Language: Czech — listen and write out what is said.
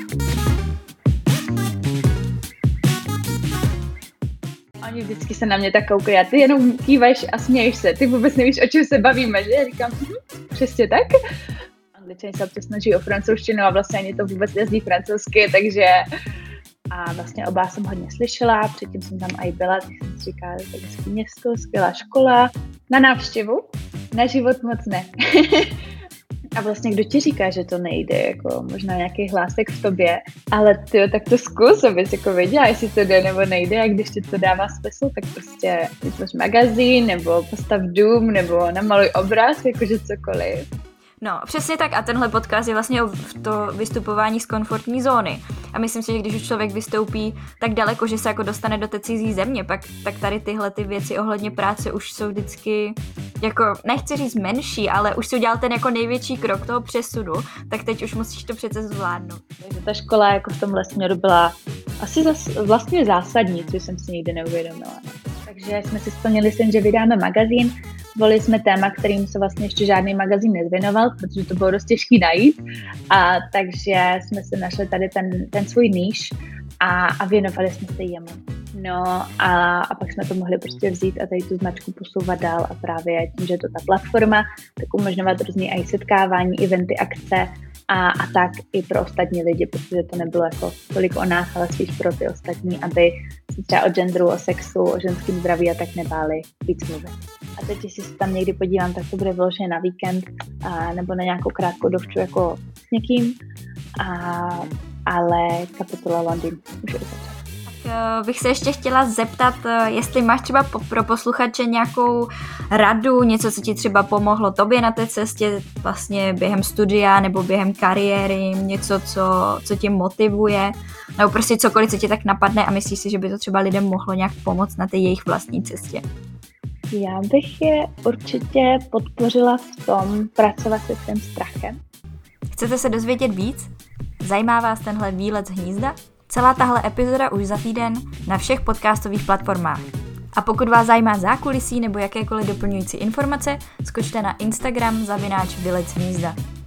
Oni vždycky se na mě tak koukají a ty jenom kývaš a směješ se. Ty vůbec nevíš, o čem se bavíme, že? Já říkám, přesně tak. Angličani se občas snaží o francouzštinu a vlastně ani to vůbec nezdí francouzsky, takže a vlastně oba jsem hodně slyšela, předtím jsem tam i byla, tak jsem si říkala, to je hezký město, skvělá škola, na návštěvu, na život moc ne. A vlastně kdo ti říká, že to nejde, jako možná nějaký hlásek v tobě, ale tyjo, tak to zkus, abys jako věděla, jestli to jde nebo nejde, a když ti to dává smysl, tak prostě vytvoř magazín, nebo postav dům, nebo namaluj obraz, jakože cokoliv. No, přesně tak a tenhle podcast je vlastně o to vystupování z komfortní zóny. A myslím si, že když už člověk vystoupí tak daleko, že se jako dostane do té cizí země, tak tady tyhle ty věci ohledně práce už jsou vždycky, jako nechci říct menší, ale už si udělal ten jako největší krok toho přesunu, tak teď už musíš to přece zvládnout. Takže ta škola jako v tomhle směru byla asi vlastně zásadní, což jsem si nikdy neuvědomila. Takže jsme si splnili sen, že vydáme magazín. Volili jsme téma, kterým se vlastně ještě žádný magazín nezvěnoval, protože to bylo dost těžký najít. A takže jsme si našli tady ten svůj níž a věnovali jsme se jemu. No a pak jsme to mohli prostě vzít a tady tu značku posouvat dál a právě tím, že je to ta platforma, tak umožňovat různý i setkávání, eventy, akce a tak i pro ostatní lidi, protože to nebylo jako tolik o nás, ale spíš pro ty ostatní, aby se třeba o genderu, o sexu, o ženském zdraví a tak nebáli víc mluvit. A teď, jestli se tam někdy podívám, tak to bude vyloženě na víkend nebo na nějakou krátkou dovču jako s někým, ale kapitola Londýn už je začala. Bych se ještě chtěla zeptat, jestli máš třeba pro posluchače nějakou radu, něco, co ti třeba pomohlo tobě na té cestě vlastně během studia nebo během kariéry, něco, co tě motivuje, nebo prostě cokoliv, co tě tak napadne a myslíš si, že by to třeba lidem mohlo nějak pomoct na té jejich vlastní cestě? Já bych je určitě podpořila v tom pracovat se svým strachem. Chcete se dozvědět víc? Zajímá vás tenhle výlet z hnízda? Celá tahle epizoda už za týden na všech podcastových platformách. A pokud vás zajímá zákulisí nebo jakékoliv doplňující informace, skočte na Instagram @vylec z hnízda.